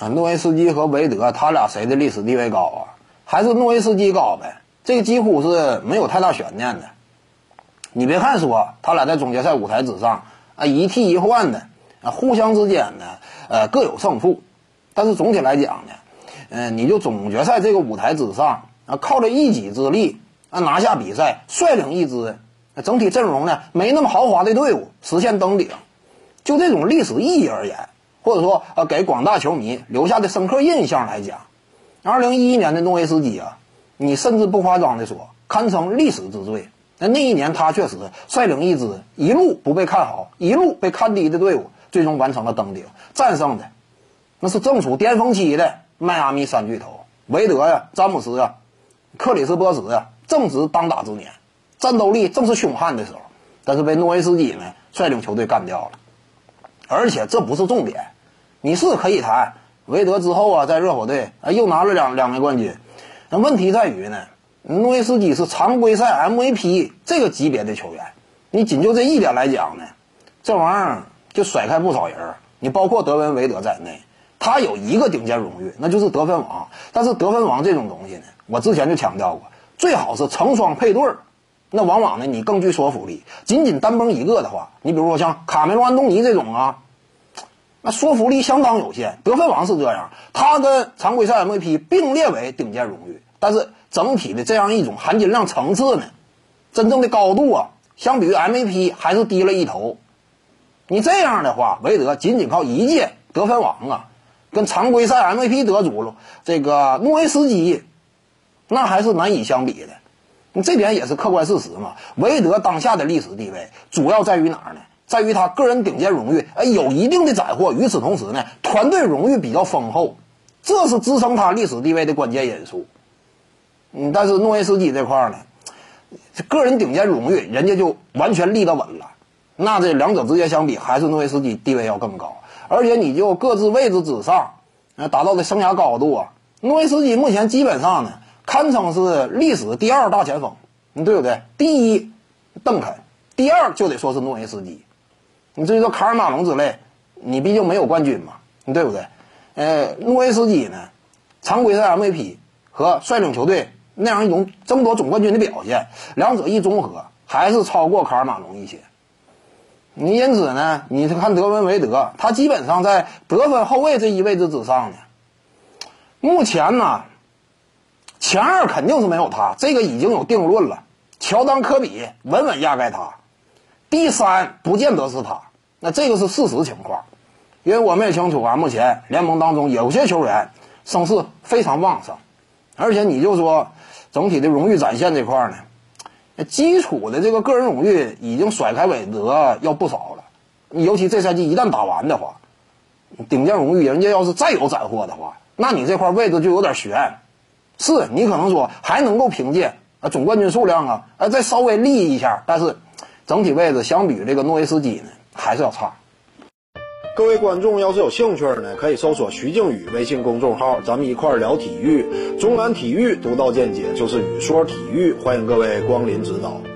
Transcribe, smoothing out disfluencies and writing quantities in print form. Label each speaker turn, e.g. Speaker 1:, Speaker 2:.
Speaker 1: 诺维斯基和韦德他俩谁的历史地位高啊？还是诺维斯基高呗，这个几乎是没有太大悬念的。你别看说他俩在总决赛舞台之上一替一换的互相之间呢各有胜负，但是总体来讲呢你就总决赛这个舞台之上靠着一己之力拿下比赛，率领一支整体阵容呢没那么豪华的队伍实现登顶，就这种历史意义而言，或者说给广大球迷留下的深刻印象来讲，2011年的诺维斯基你甚至不夸张的说堪称历史之最。那一年他确实率领一支一路不被看好一路被看低的队伍最终完成了登顶，战胜的那是正处巅峰期的迈阿密三巨头韦德詹姆斯克里斯波什正值当打之年，战斗力正是凶悍的时候，但是被诺维斯基呢率领球队干掉了。而且这不是重点，你是可以谈韦德之后在热火队又拿了两枚冠军，那问题在于呢诺维斯基是常规赛 MVP 这个级别的球员，你仅就这一点来讲呢，这玩意儿就甩开不少人，你包括德文韦德在内，他有一个顶尖荣誉，那就是得分王。但是得分王这种东西呢，我之前就强调过，最好是成双配对，那往往呢你更具说服力。仅仅单崩一个的话，你比如说像卡梅隆安东尼这种那说服力相当有限。得分王是这样，他跟常规赛 MVP 并列为顶尖荣誉，但是整体的这样一种含金量层次呢，真正的高度相比于 MVP 还是低了一头。你这样的话，韦德仅靠一届得分王跟常规赛 MVP 得主这个诺维斯基那还是难以相比的。你这点也是客观事实嘛。韦德当下的历史地位主要在于哪儿呢？在于他个人顶尖荣誉有一定的斩获，与此同时呢团队荣誉比较丰厚，这是支撑他历史地位的关键因素。但是诺维斯基这块呢，个人顶尖荣誉人家就完全立得稳了，那这两者之间相比，还是诺维斯基地位要更高。而且你就各自位置之上达到的生涯高度诺维斯基目前基本上呢堪称是历史第二大前锋，对不对？第一邓肯，第二就得说是诺维斯基。你至于说卡尔马龙之类，你毕竟没有冠军嘛，对不对？诺维斯基呢常规赛 MVP 和率领球队那样一种争夺总冠军的表现，两者一综合还是超过卡尔马龙一些。你因此呢你看德文韦德，他基本上在得分后卫这一位置之上呢，目前呢前二肯定是没有他，这个已经有定论了，乔丹科比稳稳压盖他，第三不见得是他，那这个是事实情况。因为我们也清楚目前联盟当中有些球员声势非常旺盛，而且你就说整体的荣誉展现这块呢，基础的这个个人荣誉已经甩开韦德要不少了。尤其这赛季一旦打完的话，顶尖荣誉人家要是再有斩获的话，那你这块位置就有点悬。是你可能说还能够凭借总冠军数量再稍微立一下，但是整体位置相比于这个诺维斯基呢还是要差。各位观众要是有兴趣呢，可以搜索徐静宇微信公众号，咱们一块聊体育，中南体育独到见解就是语说体育，欢迎各位光临指导。